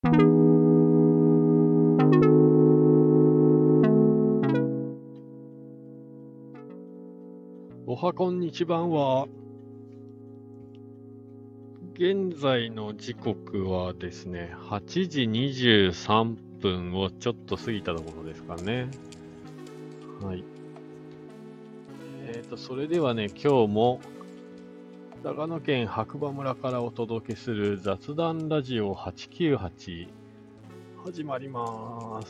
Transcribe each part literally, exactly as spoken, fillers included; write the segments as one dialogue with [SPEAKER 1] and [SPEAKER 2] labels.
[SPEAKER 1] おはこんにちばんは。現在の時刻はですね、はちじにじゅうさんぷんをちょっと過ぎたところですかね。はい。えっと、それではね、今日も長野県白馬村からお届けする雑談ラジオはちきゅうはち始まります。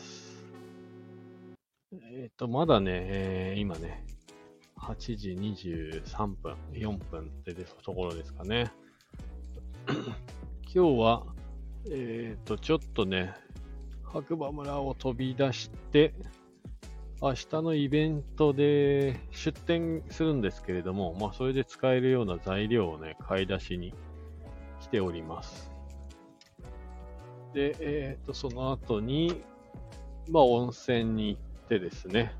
[SPEAKER 1] えっと、まだね、えー今ね、はちじにじゅうさんぷん、よんぷんってところですかね。今日は、えっと、ちょっとね、白馬村を飛び出して、明日のイベントで出店するんですけれども、まあ、それで使えるような材料をね、買い出しに来ております。で、えっと、その後に、まあ、温泉に行ってですね、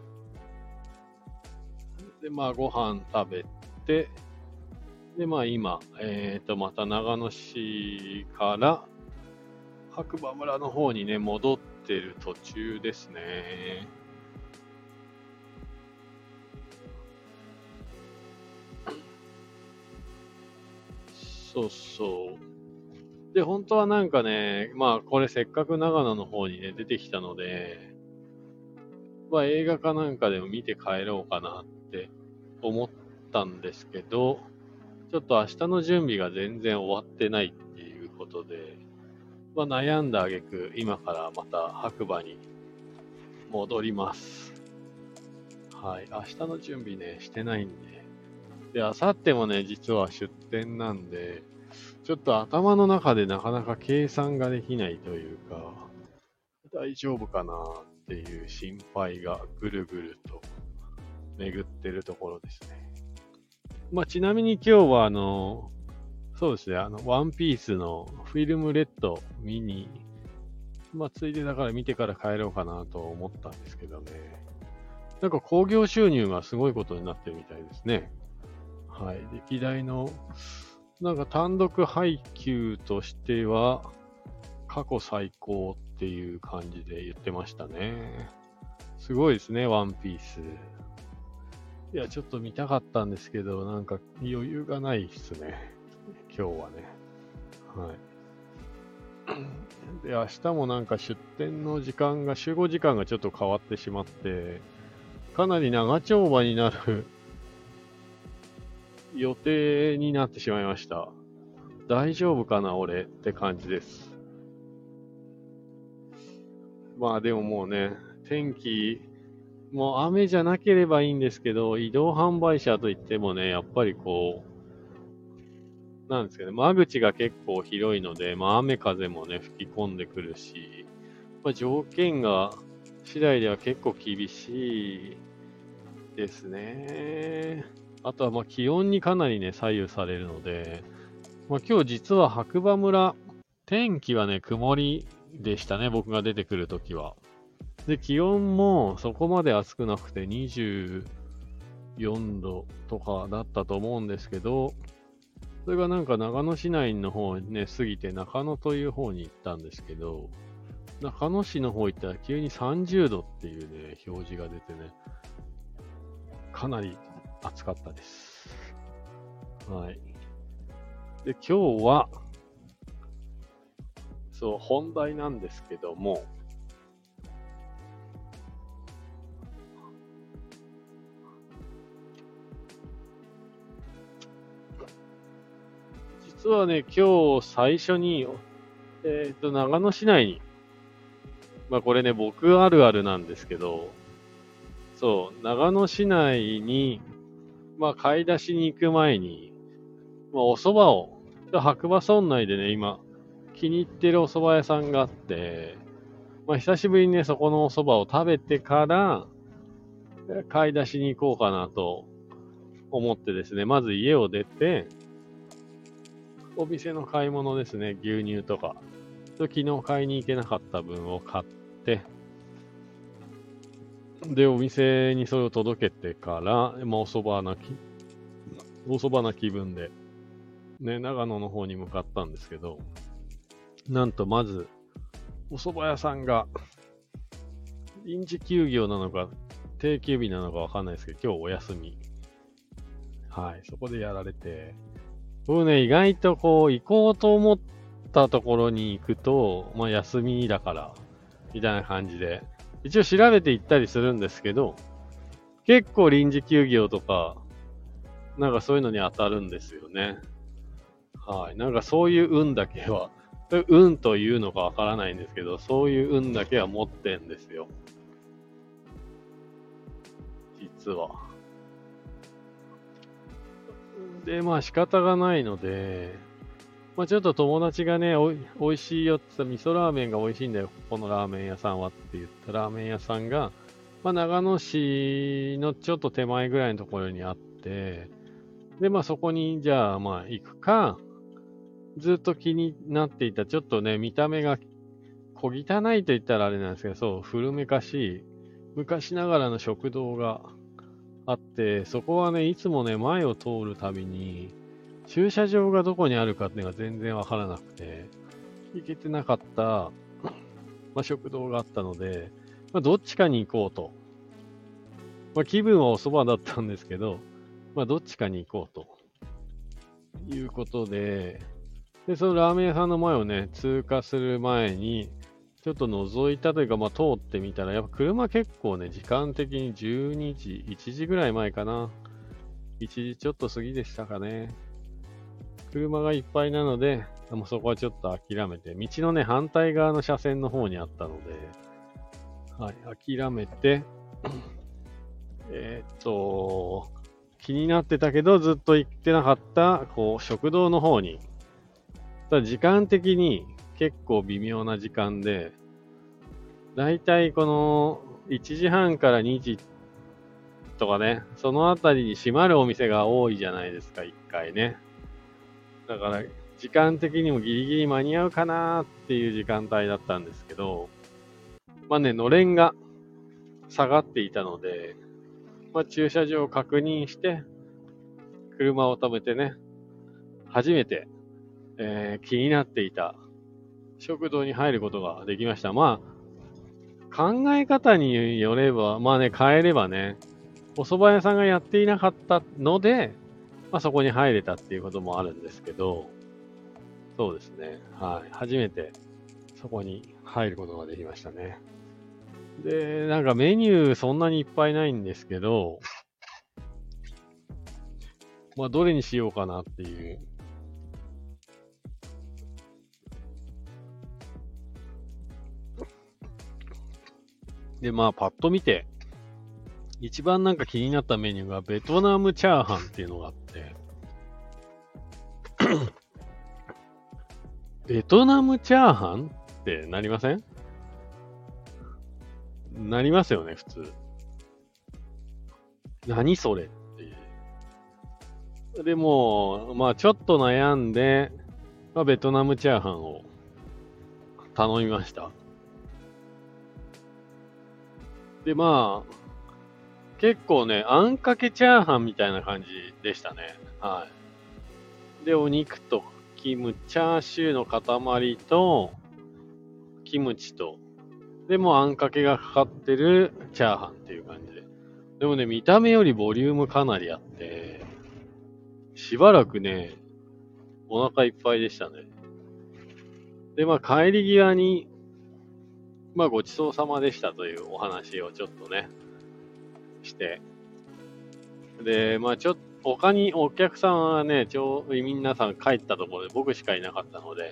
[SPEAKER 1] で、まあ、ご飯食べて、で、まあ、今、えっと、また長野市から白馬村の方にね、戻ってる途中ですね。そうそう。で、本当はなんかね、まあこれせっかく長野の方にね、出てきたので、まあ映画かなんかでも見て帰ろうかなって思ったんですけど、ちょっと明日の準備が全然終わってないっていうことで、まあ悩んだ挙句、今からまた白馬に戻ります。はい。明日の準備ね、してないんで。で、明後日もね、実は出店なんで、ちょっと頭の中でなかなか計算ができないというか、大丈夫かなっていう心配がぐるぐると巡ってるところですね。まあ、ちなみに今日はあの、そうですね、あの、ワンピースのフィルムレッド見に、まあ、ついでだから見てから帰ろうかなと思ったんですけどね。なんか興行収入がすごいことになってるみたいですね。はい。歴代の、なんか単独配給としては、過去最高っていう感じで言ってましたね。すごいですね、ワンピース。いや、ちょっと見たかったんですけど、なんか余裕がないっすね。今日はね。はい。で、明日もなんか出店の時間が、集合時間がちょっと変わってしまって、かなり長丁場になる予定になってしまいました。大丈夫かな、俺って感じです。まあでももうね、天気、もう雨じゃなければいいんですけど、移動販売車といってもね、やっぱりこう、なんですかね、間口が結構広いので、まあ雨風もね、吹き込んでくるし、まあ、条件が次第では結構厳しいですね。あとはまあ気温にかなりね、左右されるので、まあ今日実は白馬村、天気はね、曇りでしたね、僕が出てくるときは。で、気温もそこまで暑くなくてにじゅうよんどとかだったと思うんですけど、それがなんか長野市内の方にね、過ぎて中野という方に行ったんですけど、中野市の方行ったら急にさんじゅうどっていうね、表示が出てね、かなり暑かったです。はい。で、今日は、そう、本題なんですけども、実はね、今日最初に、えっと、長野市内に、まあこれね、僕あるあるなんですけど、そう、長野市内に、まあ買い出しに行く前に、まあお蕎麦を、白馬村内でね、今、気に入ってるお蕎麦屋さんがあって、まあ久しぶりにね、そこのお蕎麦を食べてから、買い出しに行こうかなと思ってですね、まず家を出て、お店の買い物ですね、牛乳とか、昨日買いに行けなかった分を買って、で、お店にそれを届けてから、まあ、お蕎麦なき、お蕎麦な気分で、ね、長野の方に向かったんですけど、なんとまず、 お蕎麦屋さんが臨時休業なのか定休日なのかわかんないですけど、今日お休み。はい、そこでやられて、僕ね、意外とこう、行こうと思ったところに行くと、まあ休みだから、みたいな感じで、一応調べて行ったりするんですけど、結構臨時休業とか、なんかそういうのに当たるんですよね。はい。なんかそういう運だけは、運というのかわからないんですけど、そういう運だけは持ってんですよ。実は。で、まあ仕方がないので、まあちょっと友達がね、おい、おいしいよって言ったら、味噌ラーメンが美味しいんだよ、このラーメン屋さんはって言ったラーメン屋さんが、まあ長野市のちょっと手前ぐらいのところにあって、で、まあそこに、じゃあまあ行くか、ずっと気になっていた、ちょっとね、見た目が小汚いと言ったらあれなんですけど、そう、古めかしい、昔ながらの食堂があって、そこはね、いつもね、前を通るたびに、駐車場がどこにあるかっていうのが全然わからなくて、行けてなかった、まあ、食堂があったので、まあ、どっちかに行こうと。まあ、気分はお蕎麦だったんですけど、まあ、どっちかに行こうと。いうことで、で、そのラーメン屋さんの前をね、通過する前に、ちょっと覗いたというか、まあ、通ってみたら、やっぱ車結構ね、時間的にじゅうにじ、いちじぐらい前かな。いちじちょっと過ぎでしたかね。車がいっぱいなので、もうそこはちょっと諦めて、道のね、反対側の車線の方にあったので、はい、諦めて、えーっと、気になってたけど、ずっと行ってなかった、こう、食堂の方に、ただ時間的に結構微妙な時間で、だいたいこのいちじはんからにじとかね、そのあたりに閉まるお店が多いじゃないですか、一回ね。だから、時間的にもギリギリ間に合うかなーっていう時間帯だったんですけど、まあね、のれんが下がっていたので、まあ、駐車場を確認して、車を止めてね、初めて、えー気になっていた食堂に入ることができました。まあ、考え方によれば、まあね、変えればね、お蕎麦屋さんがやっていなかったので、まあそこに入れたっていうこともあるんですけど、そうですね。はい。初めてそこに入ることができましたね。で、なんかメニューそんなにいっぱいないんですけど、まあどれにしようかなっていう。で、まあパッと見て、一番なんか気になったメニューがベトナムチャーハンっていうのがあって、ベトナムチャーハンってなりません？なりますよね、普通。何それっていう。でも、まあちょっと悩んで、まあ、ベトナムチャーハンを頼みました。で、まあ、結構ね、あんかけチャーハンみたいな感じでしたね。はい。で、お肉とキム、チャーシューの塊と、キムチと、でもあんかけがかかってるチャーハンっていう感じで。でもね、見た目よりボリュームかなりあって、しばらくね、お腹いっぱいでしたね。で、まあ帰り際に、まあごちそうさまでしたというお話をちょっとね、して。で、まあちょっと、他にお客さんはね、ちょう、皆さん帰ったところで僕しかいなかったので、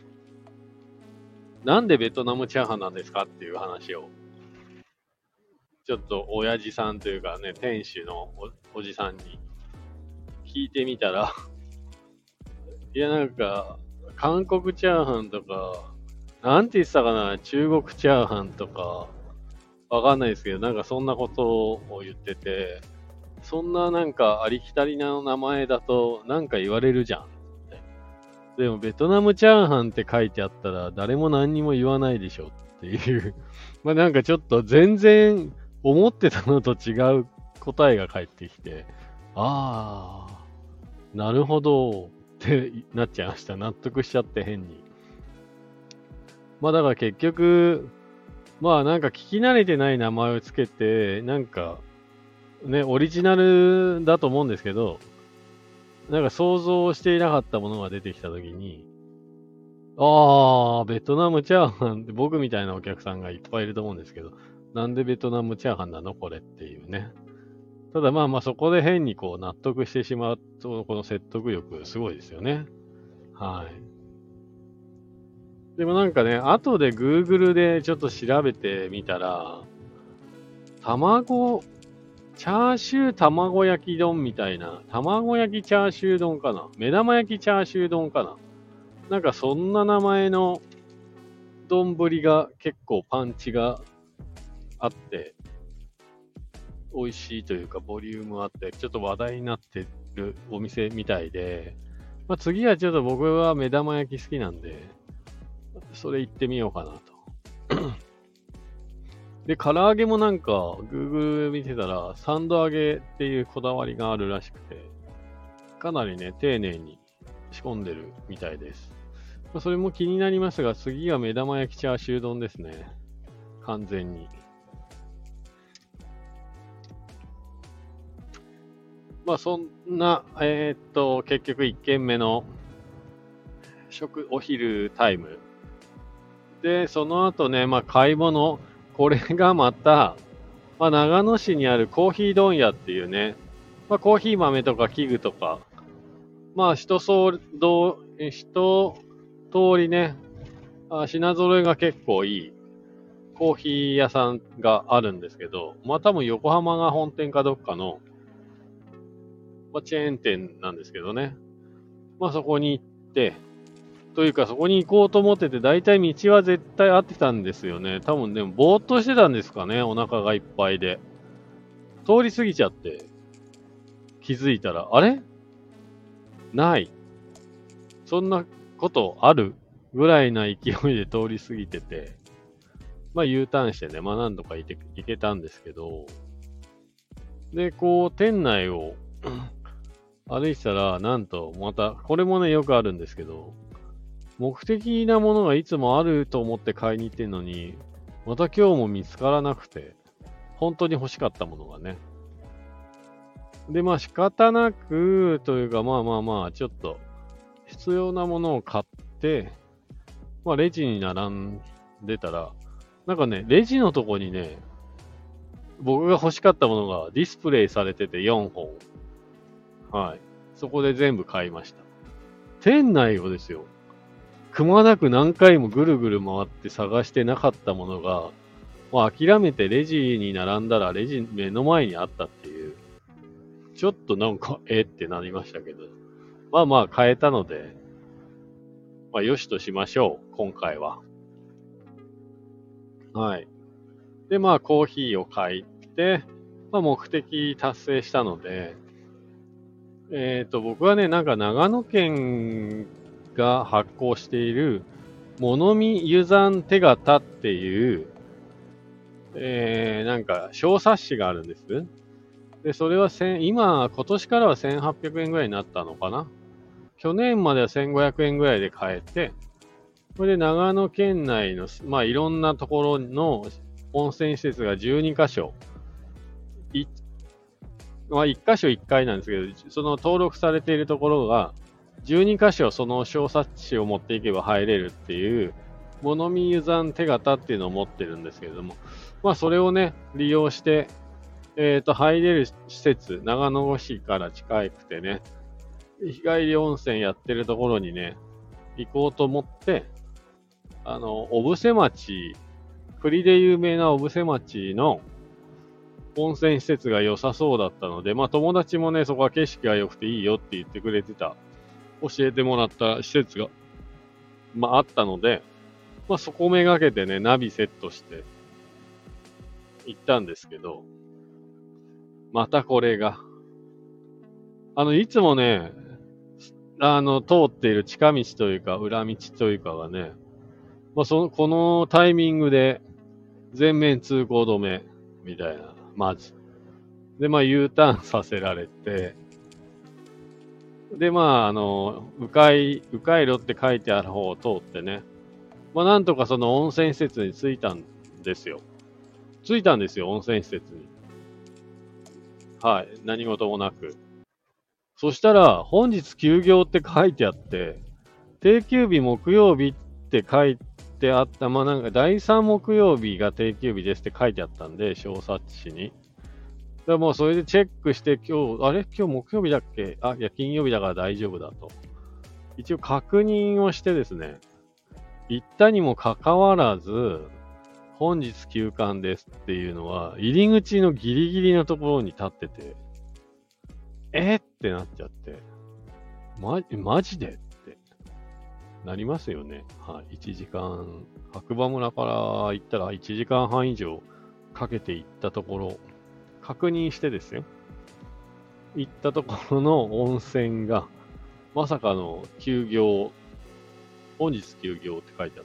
[SPEAKER 1] なんでベトナムチャーハンなんですかっていう話を、ちょっと親父さんというかね、店主のお、おじさんに聞いてみたら、いやなんか、韓国チャーハンとか、なんて言ってたかな、中国チャーハンとか、わかんないですけど、なんかそんなことを言ってて、そんななんかありきたりな名前だとなんか言われるじゃんって。でもベトナムチャーハンって書いてあったら誰も何にも言わないでしょっていう。まあなんかちょっと全然思ってたのと違う答えが返ってきて、ああ、なるほどってなっちゃいました。納得しちゃって変に。 まあだから結局、まあなんか聞き慣れてない名前をつけて、なんかね、オリジナルだと思うんですけど、なんか想像していなかったものが出てきたときに、あー、ベトナムチャーハンって僕みたいなお客さんがいっぱいいると思うんですけど、なんでベトナムチャーハンなのこれっていうね。ただまあまあそこで変にこう納得してしまうと、この説得力すごいですよね。はい。でもなんかね、後で Google でちょっと調べてみたら、卵、チャーシュー卵焼き丼みたいな、卵焼きチャーシュー丼かな、目玉焼きチャーシュー丼かな、なんかそんな名前の丼が結構パンチがあって、美味しいというかボリュームあって、ちょっと話題になってるお店みたいで、まあ、次はちょっと僕は目玉焼き好きなんで、それ行ってみようかなと。で、唐揚げもなんか、Google 見てたら、サンド揚げっていうこだわりがあるらしくて、かなりね、丁寧に仕込んでるみたいです。まあ、それも気になりますが、次は目玉焼きチャーシュー丼ですね。完全に。まあ、そんな、えーっと、結局いっ軒目の食、お昼タイム。で、その後ね、まあ、買い物。これがまた、まあ、長野市にあるコーヒー問屋っていうね、まあ、コーヒー豆とか器具とか、まあ、一総ど一通りね、あ品揃えが結構いいコーヒー屋さんがあるんですけど、まあ多分横浜が本店かどっかの、まあ、チェーン店なんですけどね。まあそこに行って、というかそこに行こうと思ってて、大体道は絶対合ってたんですよね。多分でもぼーっとしてたんですかね、お腹がいっぱいで。通り過ぎちゃって、気づいたら、あれない。そんなことあるぐらいな勢いで通り過ぎてて、まあ U ターンしてね、まあ何度か行け行けたんですけど、で、こう、店内を歩いてたら、なんと、また、これもね、よくあるんですけど、目的なものがいつもあると思って買いに行ってんのに、また今日も見つからなくて、本当に欲しかったものがね。で、まあ仕方なく、というか、まあまあまあ、ちょっと、必要なものを買って、まあレジに並んでたら、なんかね、レジのとこにね、僕が欲しかったものがディスプレイされててよんほん。はい。そこで全部買いました。店内をですよ、くまなく何回もぐるぐる回って探してなかったものが、もう諦めてレジに並んだらレジ目の前にあったっていう、ちょっとなんか、えってなりましたけど。まあまあ買えたので、まあよしとしましょう、今回は。はい。で、まあコーヒーを買って、まあ目的達成したので、えっと、僕はね、なんか長野県が発行している、物見湯山手形っていう、えー、なんか小冊子があるんです。で、それは千今、今年からはせんはっぴゃくえんぐらいになったのかな。去年まではせんごひゃくえんぐらいで買えて、それで長野県内の、まあいろんなところの温泉施設がじゅうにかしょ、いまあいっかしょいっかいなんですけど、その登録されているところが、じゅうにかしょその小冊子を持っていけば入れるっていう、物見湯山手形っていうのを持ってるんですけれども、まあそれをね、利用して、えっと、入れる施設、長野市から近くてね、日帰り温泉やってるところにね、行こうと思って、あの、小布施町、栗で有名な小布施町の温泉施設が良さそうだったので、まあ友達もね、そこは景色が良くていいよって言ってくれてた、教えてもらった施設が、まああったので、まあそこをめがけてね、ナビセットして行ったんですけど、またこれが、あの、いつもね、あの、通っている近道というか、裏道というかがね、まあ、その、このタイミングで、全面通行止め、みたいな、まず。で、まあ、U ターンさせられて、で、まあ、あの、迂回、迂回路って書いてある方を通ってね、 まあなんとかその温泉施設に着いたんですよ。着いたんですよ、温泉施設に。はい。何事もなく。そしたら、本日休業って書いてあって、定休日木曜日って書いてあった、まあなんか第さん木曜日が定休日ですって書いてあったんで、小冊子に。だからもうそれでチェックして、今日、あれ今日木曜日だっけあ、いや金曜日だから大丈夫だと。一応確認をしてですね、行ったにもかかわらず、本日休館ですっていうのは、入り口のギリギリのところに立ってて、えーってなっちゃって、ま、マジでってなりますよね。はい。いちじかん、白馬村から行ったらいちじかんはん以上かけて行ったところ、確認してですよ。行ったところの温泉が、まさかの休業、本日休業って書いてあって。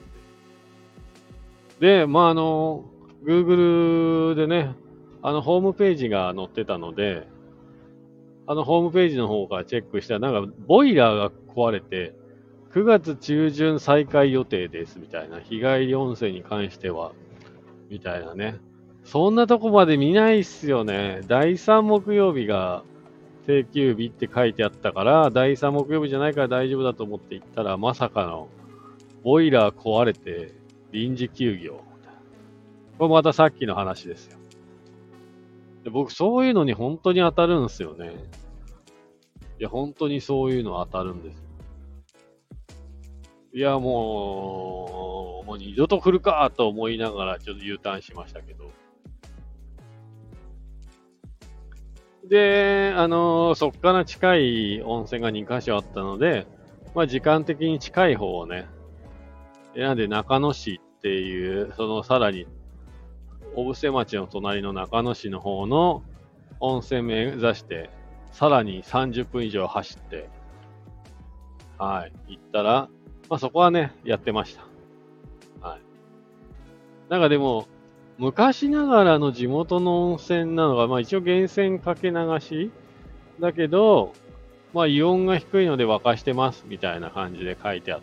[SPEAKER 1] で、まあ、あの、Google でね、あの、ホームページが載ってたので、あの、ホームページの方からチェックしたら、なんか、ボイラーが壊れて、くがつ中旬再開予定です、みたいな。日帰り温泉に関しては、みたいなね。そんなとこまで見ないっすよね。だいさん木曜日が定休日って書いてあったから、だいさん木曜日じゃないから大丈夫だと思って行ったら、まさかの、ボイラー壊れて、臨時休業。これまたさっきの話ですよ。で僕、そういうのに本当に当たるんですよね。いや、本当にそういうの当たるんです。いや、もう、もう二度と来るかと思いながらちょっと U ターンしましたけど。で、あのーそっから近い温泉がにかしょあったので、まあ時間的に近い方をね、選んで中野市っていう、そのさらに、小布施町の隣の中野市の方の温泉目指して、さらにさんじゅっぷん以上走って、はい、行ったら、まあそこはね、やってました。はい。なんかでも、昔ながらの地元の温泉なのが、まあ一応源泉かけ流しだけど、まあイオンが低いので沸かしてますみたいな感じで書いてあって、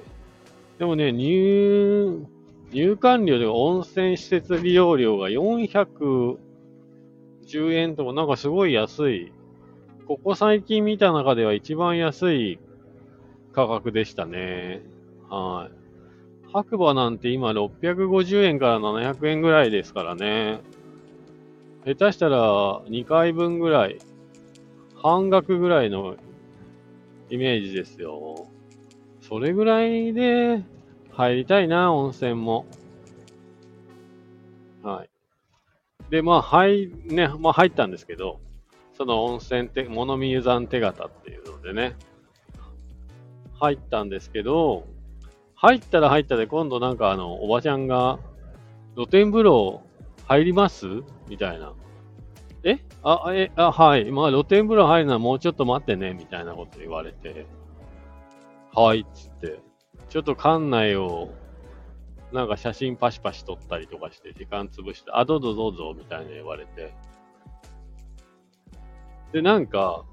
[SPEAKER 1] でもね、入、入館料で温泉施設利用料がよんひゃくじゅうえんとかなんかすごい安い。ここ最近見た中では一番安い価格でしたね。はい。白馬なんて今ろっぴゃくごじゅうえんからななひゃくえんぐらいですからね。下手したらにかいぶんぐらい、半額ぐらいのイメージですよ。それぐらいで入りたいな、温泉も。はい。で、まあ、入、ね、まあ入ったんですけど、その温泉って、物見湯山手形っていうのでね、入ったんですけど、入ったら入ったで今度なんかあの、おばちゃんが、露天風呂入りますみたいな。えあ、え、あ、はい。まあ、露天風呂入るのはもうちょっと待ってね、みたいなこと言われて、はい、っつって。ちょっと館内を、なんか写真パシパシ撮ったりとかして、時間潰して、あ、どうぞどうぞ、みたいな言われて。で、なんか、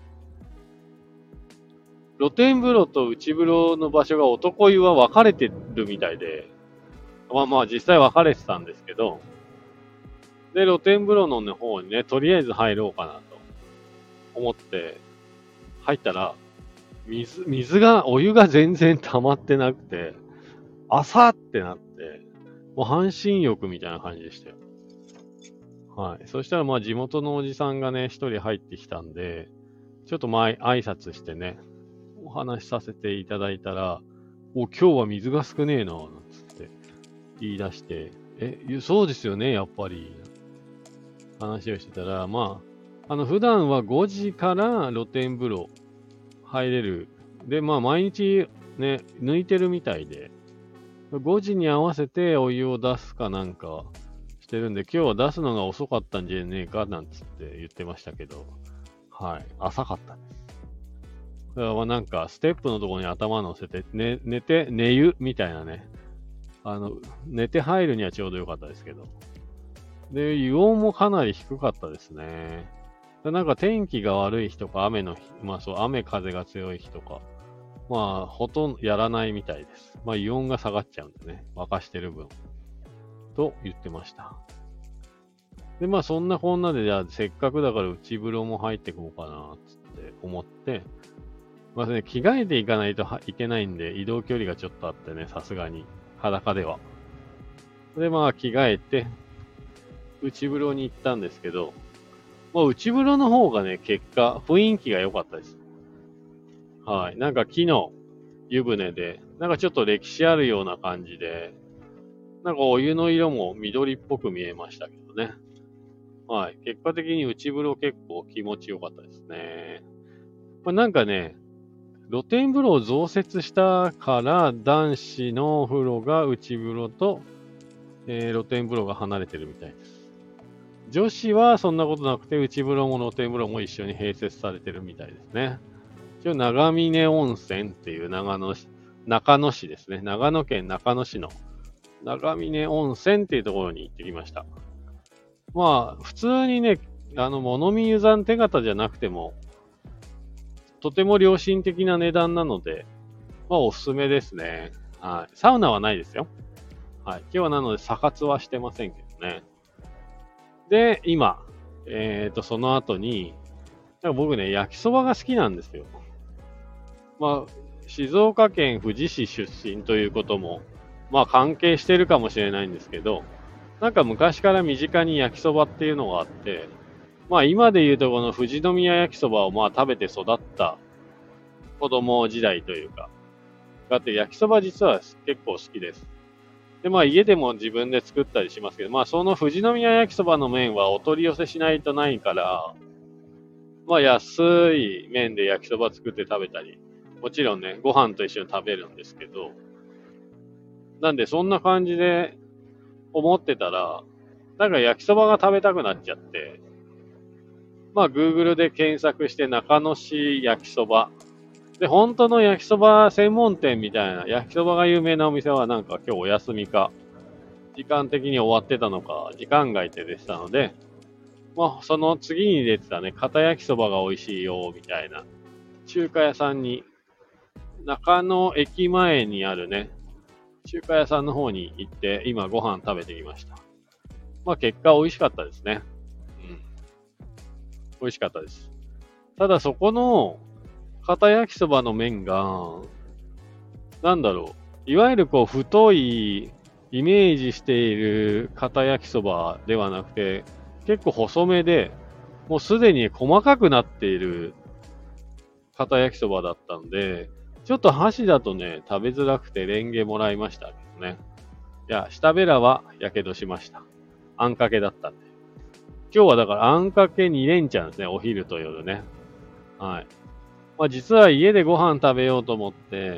[SPEAKER 1] 露天風呂と内風呂の場所が男湯は分かれてるみたいで、まあまあ実際分かれてたんですけど、で、露天風呂の、ね、方にね、とりあえず入ろうかなと思って、入ったら、水、水が、お湯が全然溜まってなくて、朝ってなって、もう半身浴みたいな感じでしたよ。はい。そしたらまあ地元のおじさんがね、一人入ってきたんで、ちょっと前挨拶してね、お話しさせていただいたら、お、今日は水が少ねえな、なんつって言い出して、え、そうですよね、やっぱり。話をしてたら、まあ、あの、普段はごじから露天風呂入れる。で、まあ、毎日ね、抜いてるみたいで、ごじに合わせてお湯を出すかなんかしてるんで、今日は出すのが遅かったんじゃねえか、なんつって言ってましたけど、はい、浅かったです。だからなんか、ステップのところに頭乗せて、ね、寝て、寝湯みたいなね。あの、寝て入るにはちょうどよかったですけど。で、湯温もかなり低かったですね。なんか天気が悪い日とか、雨の日、まあそう、雨風が強い日とか、 まあ、ほとんどやらないみたいです。まあ、イオンが下がっちゃうんでね。沸かしてる分。と言ってました。で、まあ、そんなこんなで、じゃあ、せっかくだから内風呂も入ってこうかな、つって思って、まあね、着替えていかないといけないんで、移動距離がちょっとあってね、さすがに。裸では。で、まあ、着替えて、内風呂に行ったんですけど、まあ、内風呂の方がね、結果、雰囲気が良かったです。はい。なんか木の湯船で、なんかちょっと歴史あるような感じで、なんかお湯の色も緑っぽく見えましたけどね。はい。結果的に内風呂結構気持ちよかったですね。まあ、なんかね、露天風呂を増設したから男子のお風呂が内風呂と、えー露天風呂が離れてるみたいです。女子はそんなことなくて内風呂も露天風呂も一緒に併設されてるみたいですね。一応長峰温泉っていう長野市、中野市ですね。長野県中野市の長峰温泉っていうところに行ってきました。まあ、普通にね、あの、物見湯山手形じゃなくても、とても良心的な値段なので、まあ、おすすめですね。はい。サウナはないですよ。はい。今日はなので、査活はしてませんけどね。で、今、えっと、その後に、なんか僕ね、焼きそばが好きなんですよ。まあ、静岡県富士市出身ということも、まあ関係してるかもしれないんですけど、なんか昔から身近に焼きそばっていうのがあって、まあ今で言うとこの富士宮焼きそばをまあ食べて育った子供時代というか、だって焼きそば実は結構好きです。でまあ家でも自分で作ったりしますけど、まあその富士宮焼きそばの麺はお取り寄せしないとないから、まあ安い麺で焼きそば作って食べたり、もちろんね、ご飯と一緒に食べるんですけど、なんでそんな感じで思ってたら、なんか焼きそばが食べたくなっちゃって、まあ Google で検索して中野市焼きそば。で、本当の焼きそば専門店みたいな、焼きそばが有名なお店はなんか今日お休みか、時間的に終わってたのか、時間外で出てたので、まあその次に出てたね、片焼きそばが美味しいよ、みたいな、中華屋さんに、中野駅前にあるね、中華屋さんの方に行って、今ご飯食べてきました。まあ結果美味しかったですね。うん。美味しかったです。ただそこの、片焼きそばの麺が、なんだろう。いわゆるこう太いイメージしている片焼きそばではなくて、結構細めで、もうすでに細かくなっている片焼きそばだったんで、ちょっと箸だとね、食べづらくてレンゲもらいましたけどね。いや、下べらは火傷しました。あんかけだったんで。今日はだからあんかけに連チャンですね、お昼と夜ね。はい。まあ実は家でご飯食べようと思って、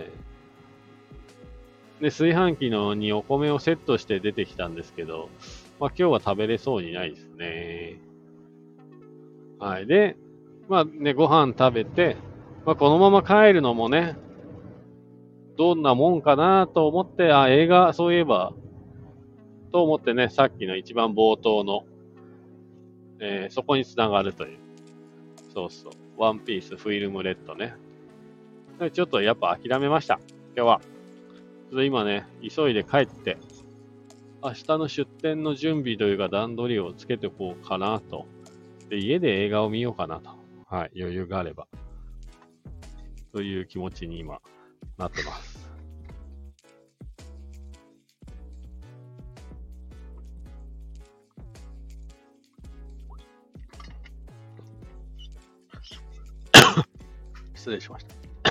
[SPEAKER 1] で、炊飯器のにお米をセットして出てきたんですけど、まあ今日は食べれそうにないですね。はい。で、まあね、ご飯食べて、まあこのまま帰るのもね、どんなもんかなと思って、あ、映画、そういえば、と思ってね、さっきの一番冒頭の、えーそこにつながるという。そうそう。ワンピースフィルムレッドね。ちょっとやっぱ諦めました。今日は。ちょっと今ね、急いで帰って、明日の出店の準備というか段取りをつけておこうかなと。で、家で映画を見ようかなと。はい、余裕があれば。という気持ちに今、なってます。失礼しました。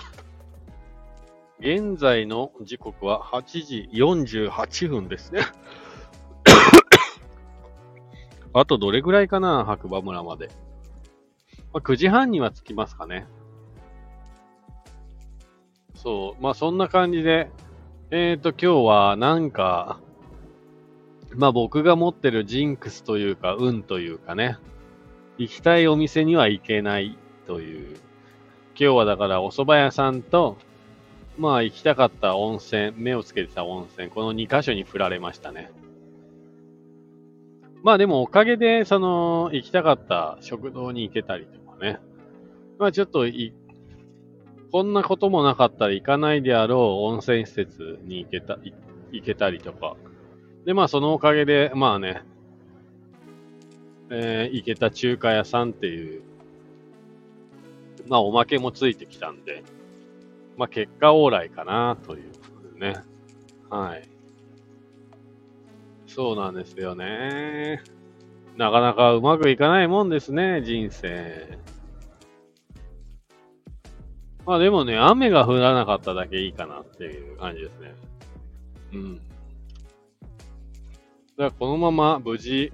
[SPEAKER 1] 現在の時刻ははちじよんじゅうはちふんですね。あとどれぐらいかな、白馬村まで。まあ、くじはんには着きますかね。そう。まあそんな感じで、えっと今日はなんか、まあ僕が持ってるジンクスというか、運というかね、行きたいお店には行けないという。今日はだからお蕎麦屋さんと、まあ行きたかった温泉、目をつけてた温泉、このにカ所に振られましたね。まあでもおかげで、その、行きたかった食堂に行けたりとかね。まあちょっとい、 こんなこともなかったら行かないであろう温泉施設に行けた、い行けたりとか。で、まあそのおかげで、まあね、えー行けた中華屋さんっていう、まあおまけもついてきたんで、まあ結果オーライかなということでね。はい。そうなんですよね。なかなかうまくいかないもんですね、人生。まあでもね、雨が降らなかっただけいいかなっていう感じですね。うん。だからこのまま無事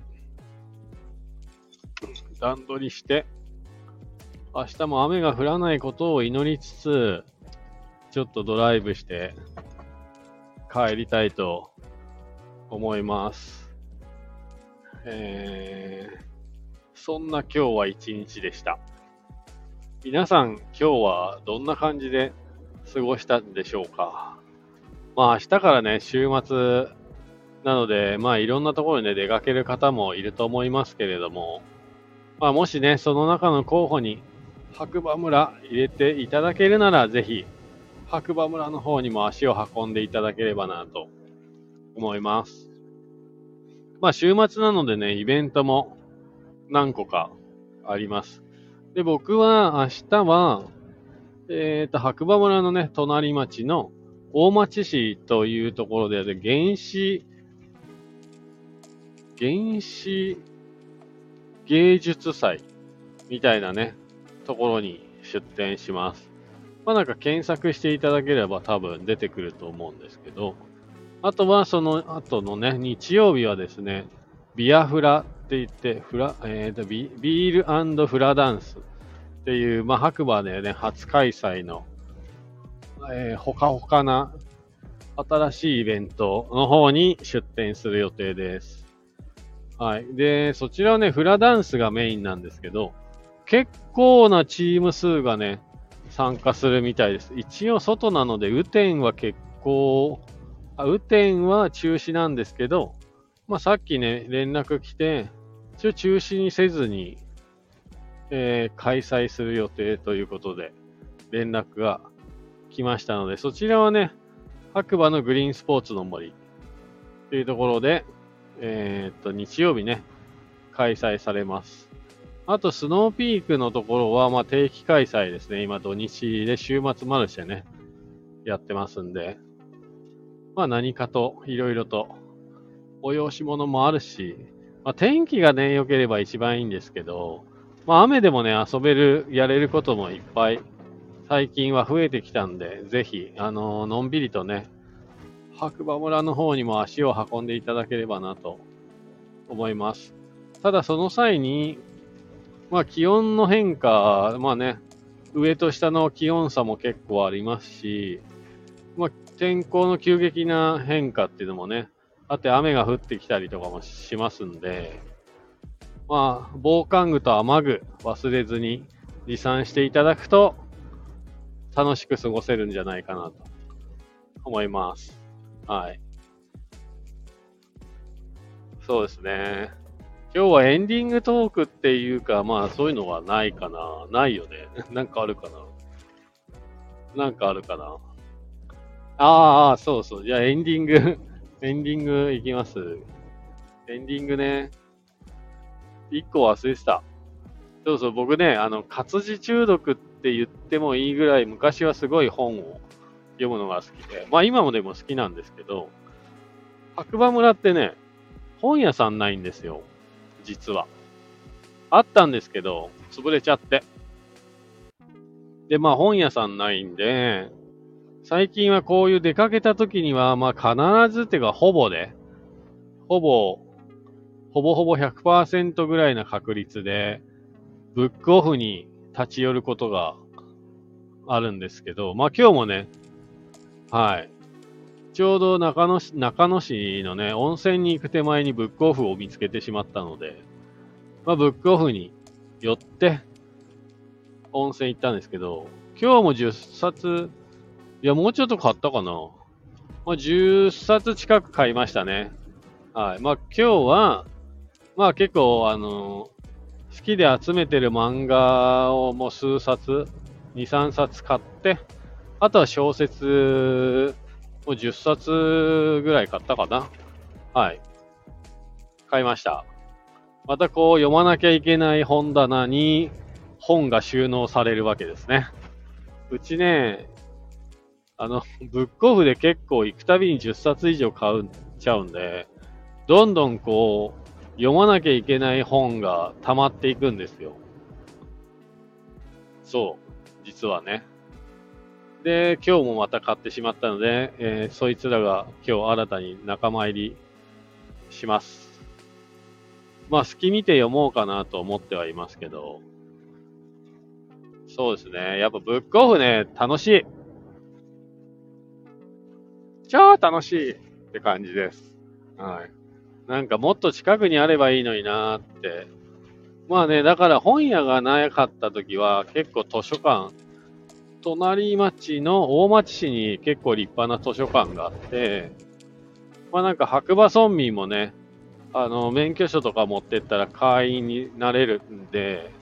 [SPEAKER 1] 段取りして、明日も雨が降らないことを祈りつつ、ちょっとドライブして帰りたいと思います。えー、そんな今日は一日でした。皆さん、今日はどんな感じで過ごしたんでしょうか。まあ明日からね、週末なので、まあいろんなところにね、出かける方もいると思いますけれども、まあもしね、その中の候補に白馬村入れていただけるなら、ぜひ白馬村の方にも足を運んでいただければなと思います。まあ週末なのでね、イベントも何個かあります。で、僕は明日は、えっと、白馬村のね、隣町の大町市というところである原始、原始芸術祭みたいなね、ところに出店します。まあなんか検索していただければ多分出てくると思うんですけど、あとはその後のね、日曜日はですね、ビアフラって言って、フラ、えっとビ、ビールフラダンスっていう、まあ白馬でね、初開催の、えー、ほかほかな新しいイベントの方に出店する予定です。はい。で、そちらはね、フラダンスがメインなんですけど、結構なチーム数がね、参加するみたいです。一応外なので、雨天は結構、あ雨天は中止なんですけど、まあさっきね、連絡来て、一応中止にせずに、えー開催する予定ということで、連絡が来ましたので、そちらはね、白馬のグリーンスポーツの森というところで、えーっと、日曜日ね、開催されます。あと、スノーピークのところは、まあ、定期開催ですね。今、土日で週末マルシェね、やってますんで、まあ、何かと、いろいろと、催し物もあるし、まあ、天気がね、良ければ一番いいんですけど、まあ、雨でもね、遊べる、やれることもいっぱい、最近は増えてきたんで、ぜひ、あのーのんびりとね、白馬村の方にも足を運んでいただければなと思います。ただその際に、まあ気温の変化、まあね、上と下の気温差も結構ありますし、まあ天候の急激な変化っていうのもね、あって雨が降ってきたりとかもしますんで、まあ防寒具と雨具忘れずに持参していただくと楽しく過ごせるんじゃないかなと思います。はい。そうですね。今日はエンディングトークっていうか、まあそういうのはないかな。ないよね。なんかあるかな。なんかあるかな。あーあー、そうそう。じゃあエンディング、エンディングいきます。エンディングね。一個忘れてた。そうそう、僕ね、あの、活字中毒って言ってもいいぐらい昔はすごい本を読むのが好きで、まあ今もでも好きなんですけど、白馬村ってね、本屋さんないんですよ。実は。あったんですけど、潰れちゃって。で、まあ本屋さんないんで、最近はこういう出かけた時には、まあ必ずっていうかほぼで、ほぼ、ほぼほぼひゃくパーセントぐらいな確率で、ブックオフに立ち寄ることがあるんですけど、まあ今日もね、はい。ちょうど中野市、中野市のね、温泉に行く手前にブックオフを見つけてしまったので、まあブックオフに寄って温泉行ったんですけど、今日もじゅっさつ、いやもうちょっと買ったかな。まあじゅっさつ近く買いましたね。はい。まあ今日は、まあ結構あの好きで集めてる漫画をもう数冊に、さんさつ買って、あとは小説をじゅっさつぐらい買ったかな。はい。買いました。またこう読まなきゃいけない本棚に本が収納されるわけですね。うちね、あの、ブックオフで結構行くたびにじゅっさつ以上買っちゃうんで、どんどんこう、読まなきゃいけない本が溜まっていくんですよ。そう、実はね。で、今日もまた買ってしまったので、えーそいつらが今日新たに仲間入りします。まあ、隙見て読もうかなと思ってはいますけど、そうですね。やっぱブックオフね、楽しい。超楽しいって感じです。はい。なんかもっと近くにあればいいのになーって。まあね、だから本屋がなかった時は結構図書館、隣町の大町市に結構立派な図書館があって、まあなんか白馬村民もね、あの、免許証とか持ってったら会員になれるんで、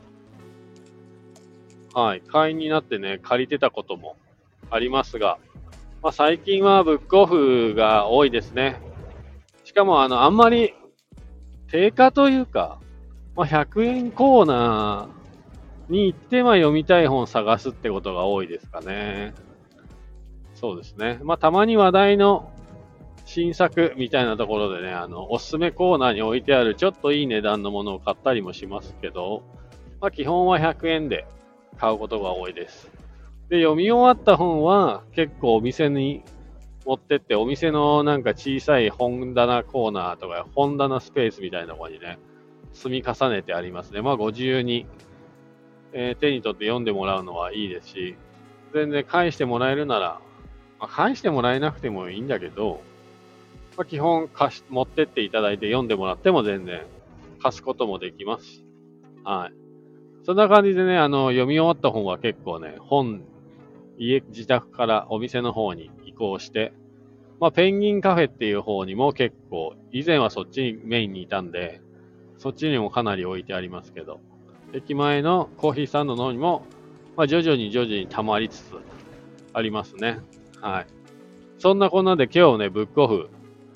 [SPEAKER 1] はい、会員になってね、借りてたこともありますが、まあ最近はブックオフが多いですね。しかもあの、あんまり定価というか、まあひゃくえんコーナーに行って、まあ読みたい本を探すってことが多いですかね。そうですね。まあたまに話題の新作みたいなところでね、あの、おすすめコーナーに置いてあるちょっといい値段のものを買ったりもしますけど、まあ基本はひゃくえんで買うことが多いです。で、読み終わった本は結構お店に持ってって、お店のなんか小さい本棚コーナーとか本棚スペースみたいなところにね、積み重ねてありますね。まあご自由に、えー手に取って読んでもらうのはいいですし、全然返してもらえるなら、まあ、返してもらえなくてもいいんだけど、まあ、基本貸し、持ってっていただいて読んでもらっても全然貸すこともできますし。はい。そんな感じでね、あの、読み終わった本は結構ね、本、家、自宅からお店の方に移行して、まあ、ペンギンカフェっていう方にも結構、以前はそっちにメインにいたんで、そっちにもかなり置いてありますけど、駅前のコーヒースタンドの方にも、まあ、徐々に徐々に溜まりつつありますね。はい。そんなこんなで今日ね、ブックオフ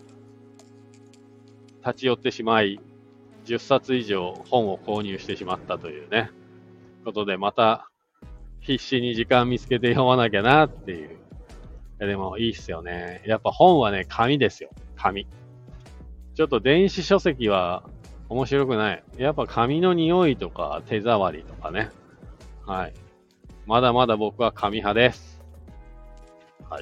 [SPEAKER 1] 立ち寄ってしまい、じゅっさつ以上本を購入してしまったというね、ことで、また必死に時間見つけて読まなきゃなっていう。いやでもいいっすよね。やっぱ本はね、紙ですよ。紙。ちょっと電子書籍は面白くない。やっぱ紙の匂いとか手触りとかね。はい。まだまだ僕は紙派です。はい。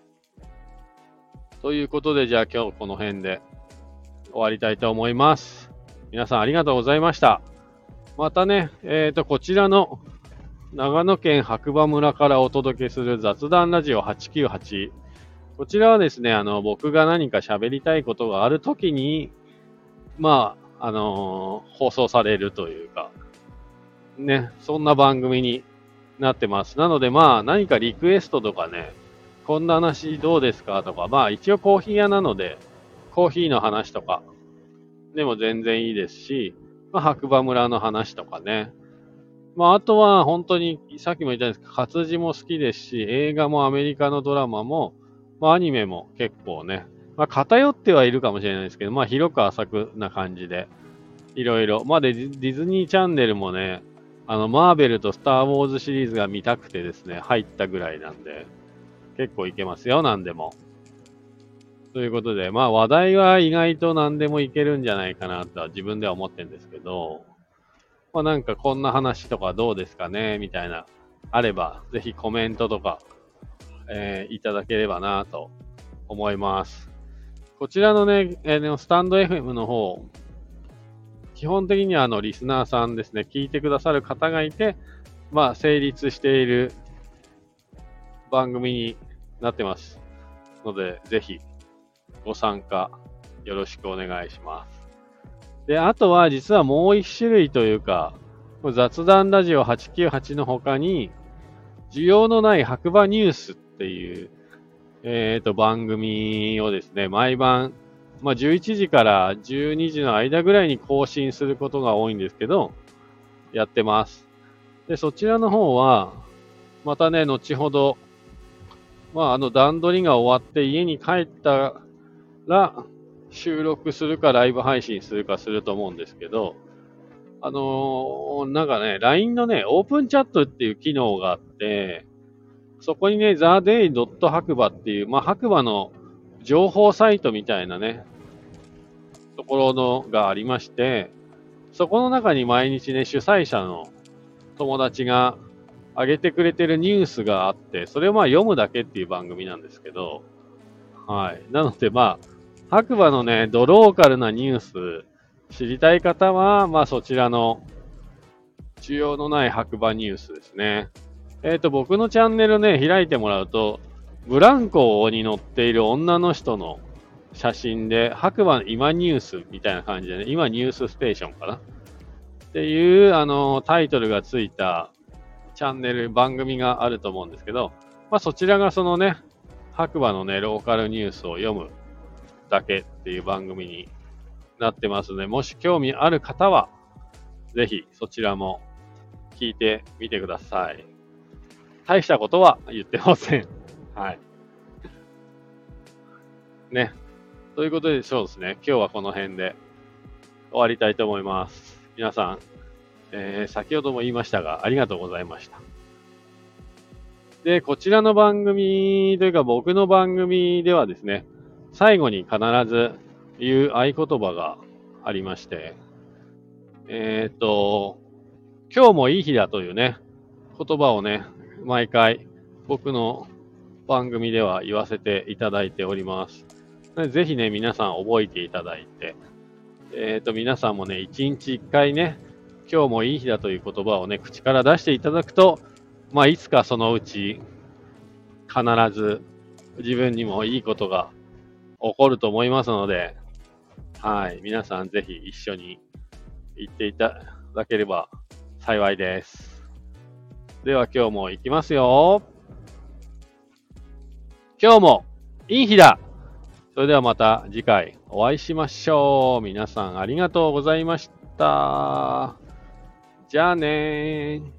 [SPEAKER 1] ということで、じゃあ今日この辺で終わりたいと思います。皆さんありがとうございました。またね、えっと、こちらの長野県白馬村からお届けする雑談ラジオはちきゅうはち。こちらはですね、あの、僕が何か喋りたいことがあるときに、まあ、あのー放送されるというか、ね、そんな番組になってます。なので、まあ、何かリクエストとかね、こんな話どうですかとか、まあ、一応コーヒー屋なので、コーヒーの話とかでも全然いいですし、まあ、白馬村の話とかね。まあ、あとは本当に、さっきも言ったんですけど、活字も好きですし、映画もアメリカのドラマも、まあ、アニメも結構ね、まあ、偏ってはいるかもしれないですけど、まあ、広く浅くな感じで、いろいろ。まあ、で、ディズニーチャンネルもね、あの、マーベルとスター・ウォーズシリーズが見たくてですね、入ったぐらいなんで、結構いけますよ、なんでも。ということで、まあ、話題は意外と何でもいけるんじゃないかなとは自分では思ってるんですけど、まあ、なんかこんな話とかどうですかねみたいな、あれば、ぜひコメントとか、えーいただければなと思います。こちらのね、えースタンド エフエム の方、基本的にはあの、リスナーさんですね、聞いてくださる方がいて、まあ、成立している番組になってますので、ぜひご参加よろしくお願いします。で、あとは実はもう一種類というか、雑談ラジオはちきゅうはちの他に、需要のない白馬ニュースっていう、えっと、番組をですね、毎晩、まあ、じゅういちじからじゅうにじの間ぐらいに更新することが多いんですけど、やってます。で、そちらの方は、 またね、後ほど、まあ、あの段取りが終わって家に帰ったら、収録するかライブ配信するかすると思うんですけど、あのーなんかね、ライン のね、オープンチャットっていう機能があって、そこにね、ザーデイドット白馬っていう、まあ、白馬の情報サイトみたいなね、ところのがありまして、そこの中に毎日ね、主催者の友達が上げてくれてるニュースがあって、それをまあ読むだけっていう番組なんですけど、はい。なのでまあ、白馬のね、ドローカルなニュース知りたい方は、まあそちらの需要のない白馬ニュースですね。えっと、僕のチャンネルね、開いてもらうと、ブランコに乗っている女の人の写真で、白馬今ニュースみたいな感じでね、今ニュースステーションかなっていう、あの、タイトルがついたチャンネル、番組があると思うんですけど、まあそちらがそのね、白馬のね、ローカルニュースを読むだけっていう番組になってますので、もし興味ある方は、ぜひそちらも聞いてみてください。大したことは言ってません。はい。ね。ということで、そうですね。今日はこの辺で終わりたいと思います。皆さん、えー、先ほども言いましたが、ありがとうございました。で、こちらの番組というか僕の番組ではですね、最後に必ず言う合言葉がありまして、えっと、今日もいい日だというね、言葉をね、毎回僕の番組では言わせていただいております。ぜひね、皆さん覚えていただいて、えっと、皆さんもね、一日一回ね、今日もいい日だという言葉をね、口から出していただくと、まあ、いつかそのうち、必ず自分にもいいことが起こると思いますので、はい、皆さんぜひ一緒に行っていただければ幸いです。では今日も行きますよ。今日もいい日だ。それではまた次回お会いしましょう。皆さんありがとうございました。じゃあねー。